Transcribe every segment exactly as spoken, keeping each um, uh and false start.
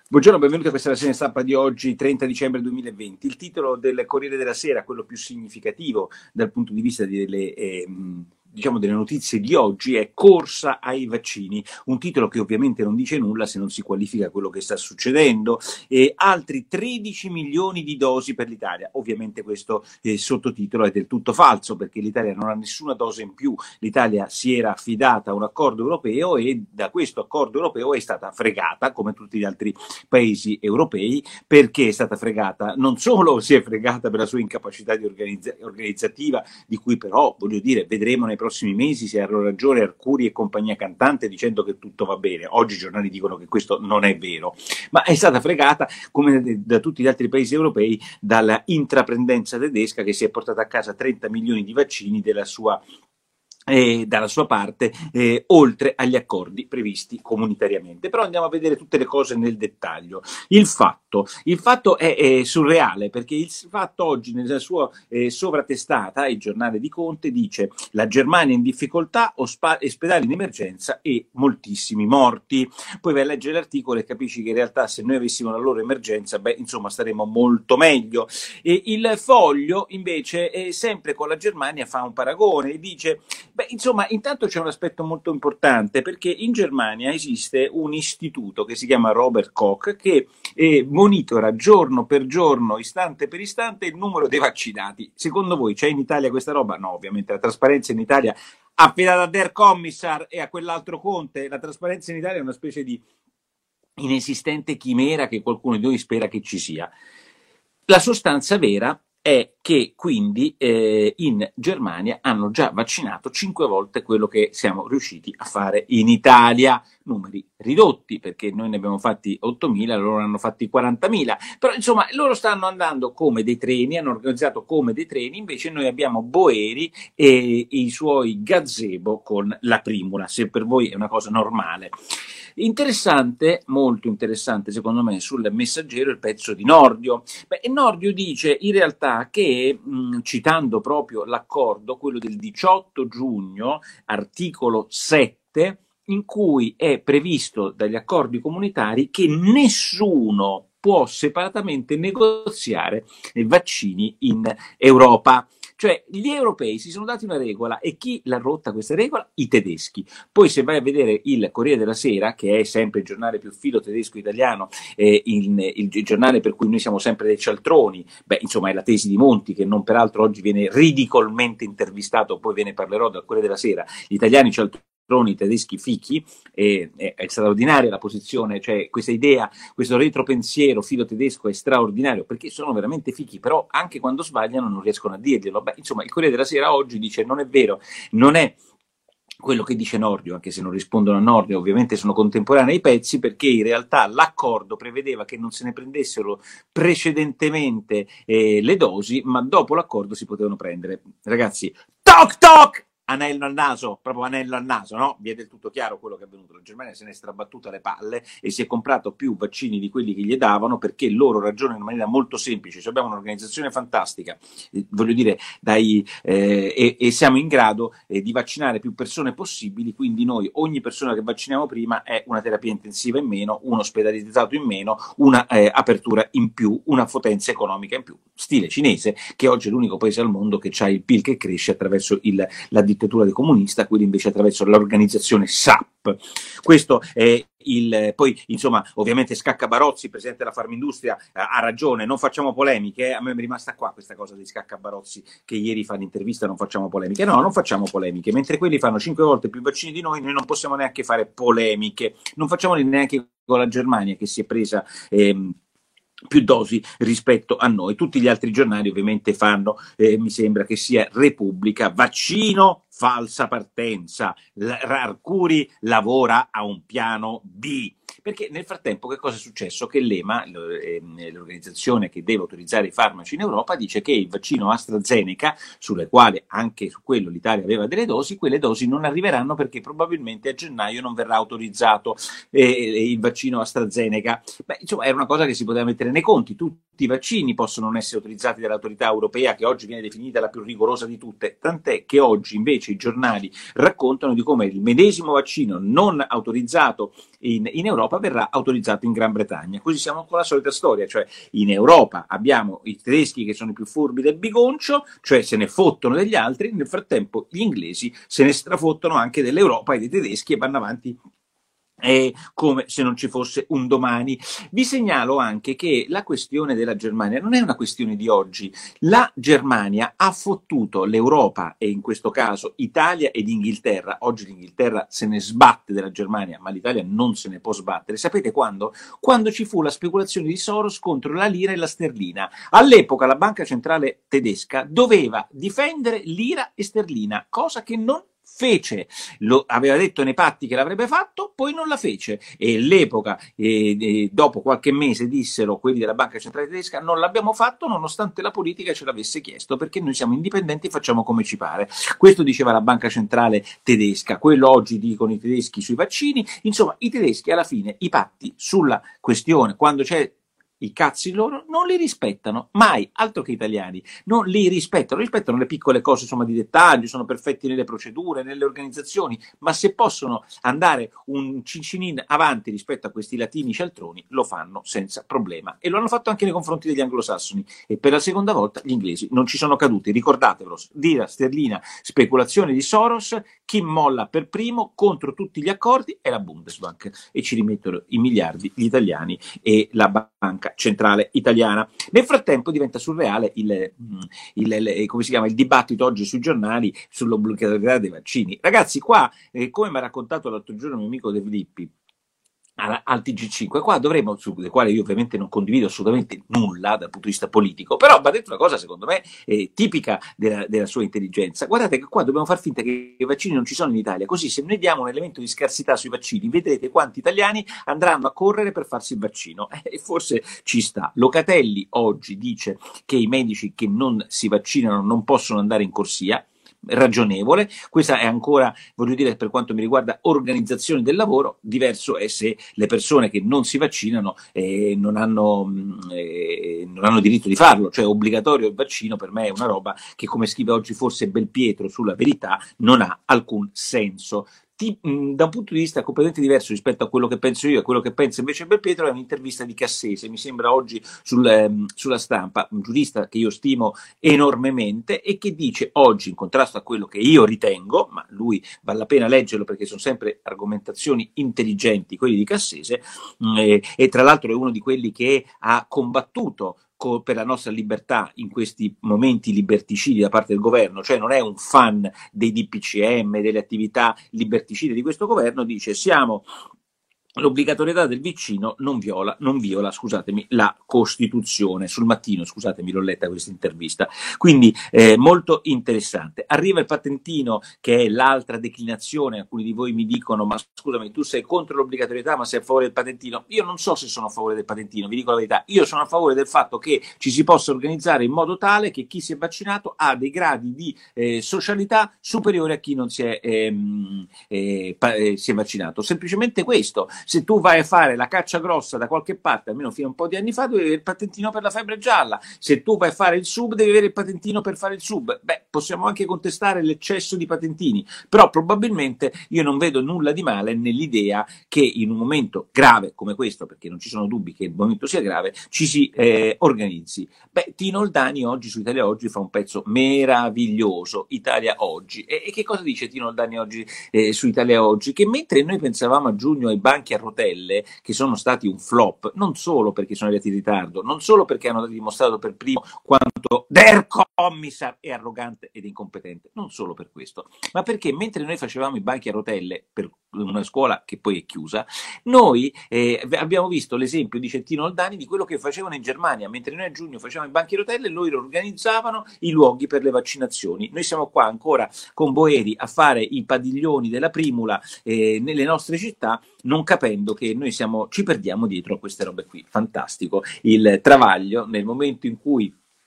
Buongiorno, benvenuti a questa rassegna stampa di oggi, trenta dicembre duemilaventi. Il titolo del Corriere della Sera, quello più significativo dal punto di vista delle, ehm, diciamo delle notizie di oggi, è Corsa ai vaccini. Un titolo che ovviamente non dice nulla se non si qualifica quello che sta succedendo. E altri tredici milioni di dosi per l'Italia. Ovviamente questo eh, sottotitolo è del tutto falso, perché l'Italia non ha nessuna dose in più. L'Italia si era affidata a un accordo europeo e da questo accordo europeo è stata fregata, come tutti gli altri paesi europei, perché è stata fregata, non solo si è fregata per la sua incapacità di organizza- organizzativa, di cui però, voglio dire, vedremo nei prossimi mesi se hanno ragione Arcuri e compagnia cantante dicendo che tutto va bene. Oggi i giornali dicono che questo non è vero, ma è stata fregata, come da tutti gli altri paesi europei, dalla intraprendenza tedesca, che si è portata a casa trenta milioni di vaccini della sua eh, dalla sua parte, eh, oltre agli accordi previsti comunitariamente. Però andiamo a vedere tutte le cose nel dettaglio. Il fatto, il fatto è, è surreale, perché il fatto oggi nella sua eh, sovratestata, il giornale di Conte, dice: la Germania in difficoltà, ospa- ospedali in emergenza e moltissimi morti. Poi vai a leggere l'articolo e capisci che in realtà se noi avessimo la loro emergenza, beh, insomma, staremmo molto meglio. E il Foglio invece, eh, sempre con la Germania, fa un paragone e dice: beh, insomma, intanto c'è un aspetto molto importante, perché in Germania esiste un istituto che si chiama Robert Koch, che eh, monitora giorno per giorno, istante per istante, il numero dei vaccinati. Secondo voi c'è in Italia questa roba? No, ovviamente la trasparenza in Italia, affidata a Der Kommissar e a quell'altro Conte, la trasparenza in Italia è una specie di inesistente chimera che qualcuno di noi spera che ci sia. La sostanza vera è che quindi eh, in Germania hanno già vaccinato cinque volte quello che siamo riusciti a fare in Italia. Numeri ridotti, perché noi ne abbiamo fatti ottomila, loro ne hanno fatti quarantamila, però insomma loro stanno andando come dei treni, hanno organizzato come dei treni, invece noi abbiamo Boeri e i suoi gazebo con la primula, se per voi è una cosa normale. Interessante, molto interessante secondo me, sul Messaggero il pezzo di Nordio. Beh, Nordio dice in realtà che, mh, citando proprio l'accordo, quello del diciotto giugno, articolo sette, in cui è previsto dagli accordi comunitari che nessuno può separatamente negoziare vaccini in Europa. Cioè gli europei si sono dati una regola e chi l'ha rotta questa regola? I tedeschi. Poi se vai a vedere il Corriere della Sera, che è sempre il giornale più filo tedesco italiano, eh, il, il, il giornale per cui noi siamo sempre dei cialtroni, beh insomma è la tesi di Monti, che non peraltro oggi viene ridicolmente intervistato, poi ve ne parlerò dal Corriere della Sera, gli italiani cialtroni, i tedeschi fichi, eh, è, è straordinaria la posizione, cioè questa idea, questo retropensiero filo tedesco è straordinario, perché sono veramente fichi, però anche quando sbagliano non riescono a dirglielo. Beh, insomma, il Corriere della Sera oggi dice: non è vero, non è quello che dice Nordio, anche se non rispondono a Nordio, ovviamente sono contemporanei i pezzi, perché in realtà l'accordo prevedeva che non se ne prendessero precedentemente eh, le dosi, ma dopo l'accordo si potevano prendere. Ragazzi, toc toc! Anello al naso, proprio anello al naso, no? Vi è del tutto chiaro quello che è avvenuto. La Germania se ne è strabattuta le palle e si è comprato più vaccini di quelli che gli davano, perché loro ragionano in maniera molto semplice. Cioè abbiamo un'organizzazione fantastica, eh, voglio dire, dai, eh, e, e siamo in grado eh, di vaccinare più persone possibili, quindi noi, ogni persona che vacciniamo prima è una terapia intensiva in meno, un ospedalizzato in meno, una eh, apertura in più, una potenza economica in più. Stile cinese, che oggi è l'unico paese al mondo che ha il P I L che cresce attraverso il, la dittatura del comunista, quelli invece attraverso l'organizzazione S A P. Questo è il, poi insomma ovviamente Scacca Barozzi, presidente della Farmindustria, eh, ha ragione, non facciamo polemiche, eh? A me mi è rimasta qua questa cosa di Scacca Barozzi che ieri fa l'intervista, non facciamo polemiche, no, non facciamo polemiche, mentre quelli fanno cinque volte più vaccini di noi, noi non possiamo neanche fare polemiche, non facciamole neanche con la Germania che si è presa ehm, più dosi rispetto a noi. Tutti gli altri giornali ovviamente fanno, eh, mi sembra che sia Repubblica, vaccino, falsa partenza, Arcuri lavora a un piano B. Perché nel frattempo che cosa è successo? Che l'EMA, l'organizzazione che deve autorizzare i farmaci in Europa, dice che il vaccino AstraZeneca, sulle quali anche su quello l'Italia aveva delle dosi, quelle dosi non arriveranno perché probabilmente a gennaio non verrà autorizzato eh, il vaccino AstraZeneca. Beh, insomma, era una cosa che si poteva mettere nei conti. Tutti i vaccini possono non essere autorizzati dall'autorità europea, che oggi viene definita la più rigorosa di tutte, tant'è che oggi invece i giornali raccontano di come il medesimo vaccino non autorizzato in, in Europa verrà autorizzato in Gran Bretagna. Così siamo con la solita storia, cioè in Europa abbiamo i tedeschi che sono i più furbi del bigoncio, cioè se ne fottono degli altri, nel frattempo gli inglesi se ne strafottono anche dell'Europa e dei tedeschi e vanno avanti è come se non ci fosse un domani. Vi segnalo anche che la questione della Germania non è una questione di oggi. La Germania ha fottuto l'Europa e in questo caso Italia ed Inghilterra. Oggi l'Inghilterra se ne sbatte della Germania, ma l'Italia non se ne può sbattere. Sapete quando? Quando ci fu la speculazione di Soros contro la lira e la sterlina. All'epoca la banca centrale tedesca doveva difendere lira e sterlina, cosa che non fece. Lo aveva detto nei patti che l'avrebbe fatto, poi non la fece e all'epoca, eh, eh, dopo qualche mese, dissero quelli della banca centrale tedesca: non l'abbiamo fatto nonostante la politica ce l'avesse chiesto, perché noi siamo indipendenti e facciamo come ci pare. Questo diceva la banca centrale tedesca, quello oggi dicono i tedeschi sui vaccini. Insomma, i tedeschi alla fine i patti sulla questione, quando c'è i cazzi loro, non li rispettano mai, altro che italiani, non li rispettano, rispettano le piccole cose, insomma, di dettaglio, sono perfetti nelle procedure, nelle organizzazioni, ma se possono andare un cincinin avanti rispetto a questi latini cialtroni, lo fanno senza problema, e lo hanno fatto anche nei confronti degli anglosassoni, e per la seconda volta gli inglesi non ci sono caduti. Ricordatevelo: lira sterlina, speculazione di Soros, chi molla per primo contro tutti gli accordi è la Bundesbank, e ci rimettono i miliardi gli italiani e la banca centrale italiana. Nel frattempo diventa surreale il, il, il, come si chiama, il dibattito oggi sui giornali sull'obbligatorietà dei vaccini. Ragazzi, qua, eh, come mi ha raccontato l'altro giorno il mio amico De Filippi al T G cinque, qua dovremo, su le quali io ovviamente non condivido assolutamente nulla dal punto di vista politico, però va detto una cosa secondo me eh, tipica della, della sua intelligenza. Guardate che qua dobbiamo far finta che i vaccini non ci sono in Italia, così se noi diamo un elemento di scarsità sui vaccini vedrete quanti italiani andranno a correre per farsi il vaccino, e eh, forse ci sta. Locatelli oggi dice che i medici che non si vaccinano non possono andare in corsia. Ragionevole, questa è ancora, voglio dire, per quanto mi riguarda, organizzazione del lavoro. Diverso è se le persone che non si vaccinano eh, non, hanno, eh, non hanno diritto di farlo, cioè obbligatorio il vaccino per me è una roba che, come scrive oggi forse Belpietro sulla Verità, non ha alcun senso. Ti, mh, da un punto di vista completamente diverso rispetto a quello che penso io e quello che pensa invece Belpietro è un'intervista di Cassese, mi sembra oggi sul, ehm, sulla Stampa, un giurista che io stimo enormemente e che dice oggi, in contrasto a quello che io ritengo, ma lui vale la pena leggerlo perché sono sempre argomentazioni intelligenti quelli di Cassese, mh, e, e tra l'altro è uno di quelli che ha combattuto per la nostra libertà in questi momenti liberticidi da parte del governo, cioè non è un fan dei D P C M, delle attività liberticide di questo governo. Dice: siamo l'obbligatorietà del vaccino non viola, non viola, scusatemi, la Costituzione. Sul Mattino, scusatemi, l'ho letta questa intervista. Quindi eh, molto interessante. Arriva il patentino, che è l'altra declinazione. Alcuni di voi mi dicono: ma scusami, tu sei contro l'obbligatorietà ma sei a favore del patentino. Io non so se sono a favore del patentino, vi dico la verità. Io sono a favore del fatto che ci si possa organizzare in modo tale che chi si è vaccinato ha dei gradi di eh, socialità superiori a chi non si è, ehm, eh, eh, si è vaccinato. Semplicemente questo. Se tu vai a fare la caccia grossa da qualche parte, almeno fino a un po' di anni fa, dovevi avere il patentino per la febbre gialla. Se tu vai a fare il sub, devi avere il patentino per fare il sub. Beh, possiamo anche contestare l'eccesso di patentini, però probabilmente io non vedo nulla di male nell'idea che in un momento grave come questo, perché non ci sono dubbi che il momento sia grave, ci si eh, organizzi. Beh, Tino Oldani oggi su Italia Oggi fa un pezzo meraviglioso, Italia Oggi. E, e che cosa dice Tino Oldani oggi eh, su Italia Oggi? Che mentre noi pensavamo a giugno ai banchi a rotelle, che sono stati un flop, non solo perché sono arrivati in ritardo, non solo perché hanno dimostrato per primo quanto der Kommissar è arrogante ed incompetente, non solo per questo, ma perché mentre noi facevamo i banchi a rotelle per una scuola che poi è chiusa, noi eh, abbiamo visto l'esempio di Tino Oldani di quello che facevano in Germania. Mentre noi a giugno facevamo i banchi a rotelle, loro organizzavano i luoghi per le vaccinazioni. Noi siamo qua ancora con Boeri a fare i padiglioni della primula eh, nelle nostre città, non capendo che noi siamo, ci perdiamo dietro a queste robe qui. Fantastico il travaglio nel momento in cui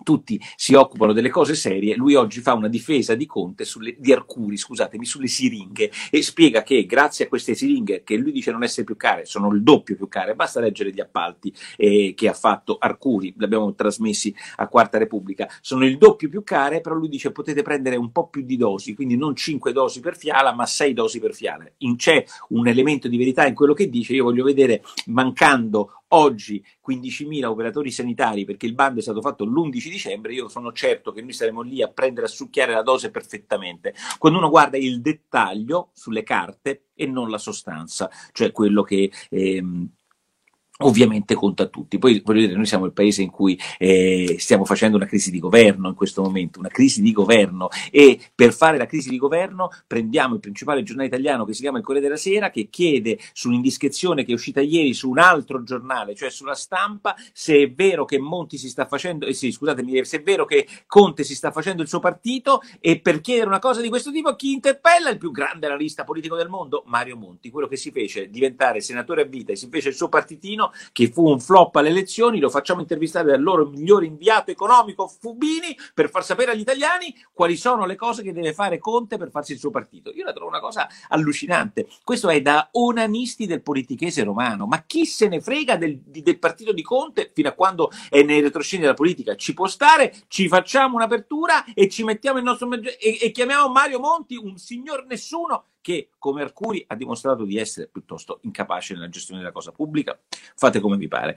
tutti si occupano delle cose serie, lui oggi fa una difesa di Conte, sulle, di Arcuri, scusatemi, sulle siringhe, e spiega che grazie a queste siringhe, che lui dice non essere più care, sono il doppio più care, basta leggere gli appalti eh, che ha fatto Arcuri, li abbiamo trasmessi a Quarta Repubblica, sono il doppio più care, però lui dice potete prendere un po' più di dosi, quindi non cinque dosi per fiala, ma sei dosi per fiala. In, c'è un elemento di verità in quello che dice, io voglio vedere, mancando oggi quindicimila operatori sanitari, perché il bando è stato fatto l'undici dicembre, io sono certo che noi saremo lì a prendere, a succhiare la dose perfettamente. Quando uno guarda il dettaglio sulle carte e non la sostanza, cioè quello che ehm, ovviamente conta a tutti. Poi voglio dire, noi siamo il paese in cui eh, stiamo facendo una crisi di governo in questo momento, una crisi di governo, e per fare la crisi di governo prendiamo il principale giornale italiano che si chiama il Corriere della Sera, che chiede su un'indiscrezione che è uscita ieri su un altro giornale, cioè sulla Stampa, se è vero che Monti si sta facendo, eh sì, scusatemi, se è vero che Conte si sta facendo il suo partito, e per chiedere una cosa di questo tipo chi interpella? Il più grande analista politico del mondo, Mario Monti, quello che si fece diventare senatore a vita e si fece il suo partitino, che fu un flop alle elezioni. Lo facciamo intervistare dal loro migliore inviato economico Fubini per far sapere agli italiani quali sono le cose che deve fare Conte per farsi il suo partito. Io la trovo una cosa allucinante. Questo è da onanisti del politichese romano, ma chi se ne frega del, del partito di Conte fino a quando è nei retroscena della politica? Ci può stare, ci facciamo un'apertura e ci mettiamo il nostro e, e chiamiamo Mario Monti un signor nessuno che, come Arcuri, ha dimostrato di essere piuttosto incapace nella gestione della cosa pubblica. Fate come vi pare.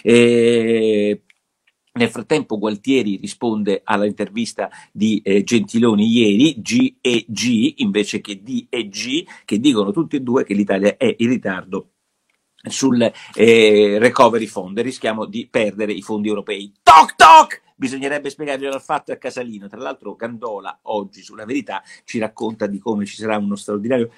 E nel frattempo Gualtieri risponde all'intervista di eh, Gentiloni ieri, G e G invece che D e G, che dicono tutti e due che l'Italia è in ritardo sul eh, recovery fund e rischiamo di perdere i fondi europei. Toc toc! Bisognerebbe spiegarglielo al fatto a Casalino. Tra l'altro Gandola oggi sulla Verità ci racconta di come ci sarà uno straordinario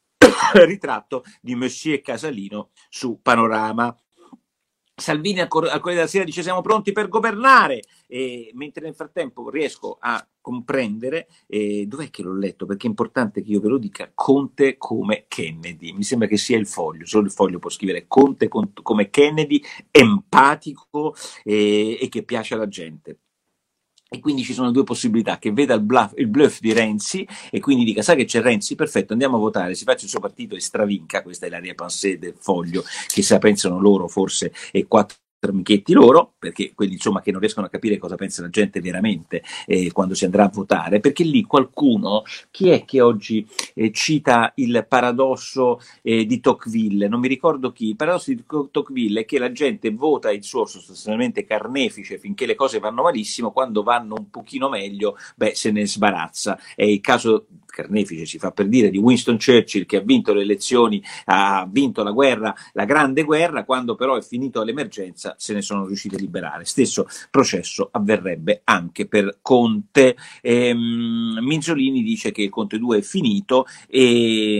ritratto di Monsieur Casalino su Panorama. Salvini al Corriere della Sera dice siamo pronti per governare, e mentre nel frattempo riesco a comprendere, eh, dov'è che l'ho letto, perché è importante che io ve lo dica, Conte come Kennedy, mi sembra che sia il Foglio, solo il Foglio può scrivere Conte come Kennedy, empatico eh, e che piace alla gente. E quindi ci sono due possibilità: che veda il bluff, il bluff di Renzi e quindi dica sai che c'è Renzi, perfetto, andiamo a votare, si faccia il suo partito e stravinca. Questa è l'aria pensée del Foglio, che se la pensano loro forse è quattro amichetti loro, perché quelli insomma che non riescono a capire cosa pensa la gente veramente eh, quando si andrà a votare, perché lì qualcuno, chi è che oggi eh, cita il paradosso eh, di Tocqueville, non mi ricordo chi, il paradosso di Tocqueville è che la gente vota il suo sostanzialmente carnefice finché le cose vanno malissimo, quando vanno un pochino meglio beh se ne sbarazza. È il caso carnefice, si fa per dire, di Winston Churchill, che ha vinto le elezioni, ha vinto la guerra, la grande guerra, quando però è finito l'emergenza se ne sono riusciti a liberare. Stesso processo avverrebbe anche per Conte. Ehm, Minzolini dice che il Conte due è finito e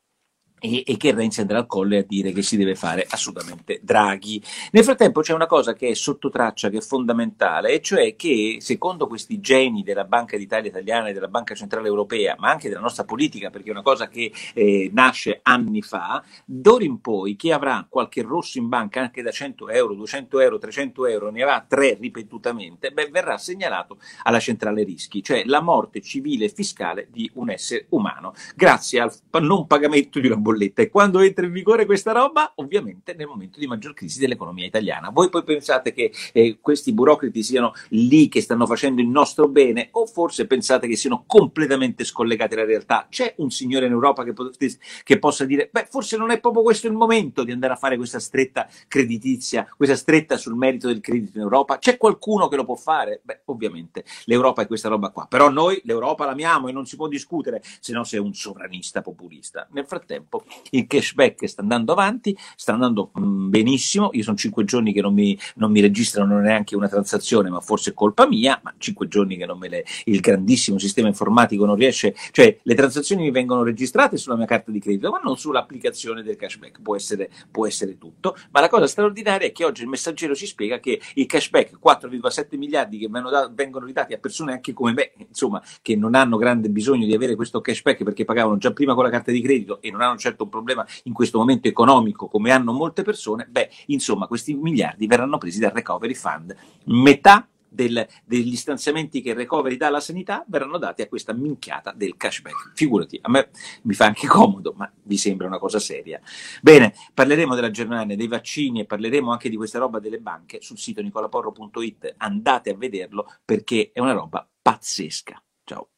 E, e che Renzi andrà al colle a dire che si deve fare assolutamente Draghi. Nel frattempo c'è una cosa che è sotto traccia, che è fondamentale, e cioè che secondo questi geni della Banca d'Italia italiana e della Banca Centrale Europea, ma anche della nostra politica, perché è una cosa che eh, nasce anni fa, d'ora in poi chi avrà qualche rosso in banca anche da cento euro, duecento euro, trecento euro, ne avrà tre ripetutamente, beh, verrà segnalato alla centrale rischi, cioè la morte civile e fiscale di un essere umano, grazie al non pagamento di una bolletta. E quando entra in vigore questa roba? Ovviamente nel momento di maggior crisi dell'economia italiana. Voi poi pensate che eh, questi burocrati siano lì che stanno facendo il nostro bene, o forse pensate che siano completamente scollegati dalla realtà? C'è un signore in Europa che, po- che possa dire beh, forse non è proprio questo il momento di andare a fare questa stretta creditizia, questa stretta sul merito del credito in Europa? C'è qualcuno che lo può fare? Beh, ovviamente l'Europa è questa roba qua, però noi l'Europa l'amiamo e non si può discutere, se no sei un sovranista populista. Nel frattempo il cashback sta andando avanti, sta andando mh, benissimo. Io sono cinque giorni che non mi, non mi registrano neanche una transazione, ma forse è colpa mia, ma cinque giorni che non me le, il grandissimo sistema informatico non riesce, cioè le transazioni mi vengono registrate sulla mia carta di credito, ma non sull'applicazione del cashback. Può essere, può essere tutto, ma la cosa straordinaria è che oggi il Messaggero ci spiega che il cashback, quattro virgola sette miliardi che vengono, da, vengono ridati a persone anche come me, insomma, che non hanno grande bisogno di avere questo cashback perché pagavano già prima con la carta di credito e non hanno certo un problema in questo momento economico come hanno molte persone, beh, insomma, questi miliardi verranno presi dal recovery fund. Metà del, degli stanziamenti che il recovery dà alla sanità verranno dati a questa minchiata del cashback. Figurati, a me mi fa anche comodo, ma vi sembra una cosa seria. Bene, parleremo della Germania, dei vaccini e parleremo anche di questa roba delle banche sul sito nicolaporro punto it. Andate a vederlo perché è una roba pazzesca. Ciao.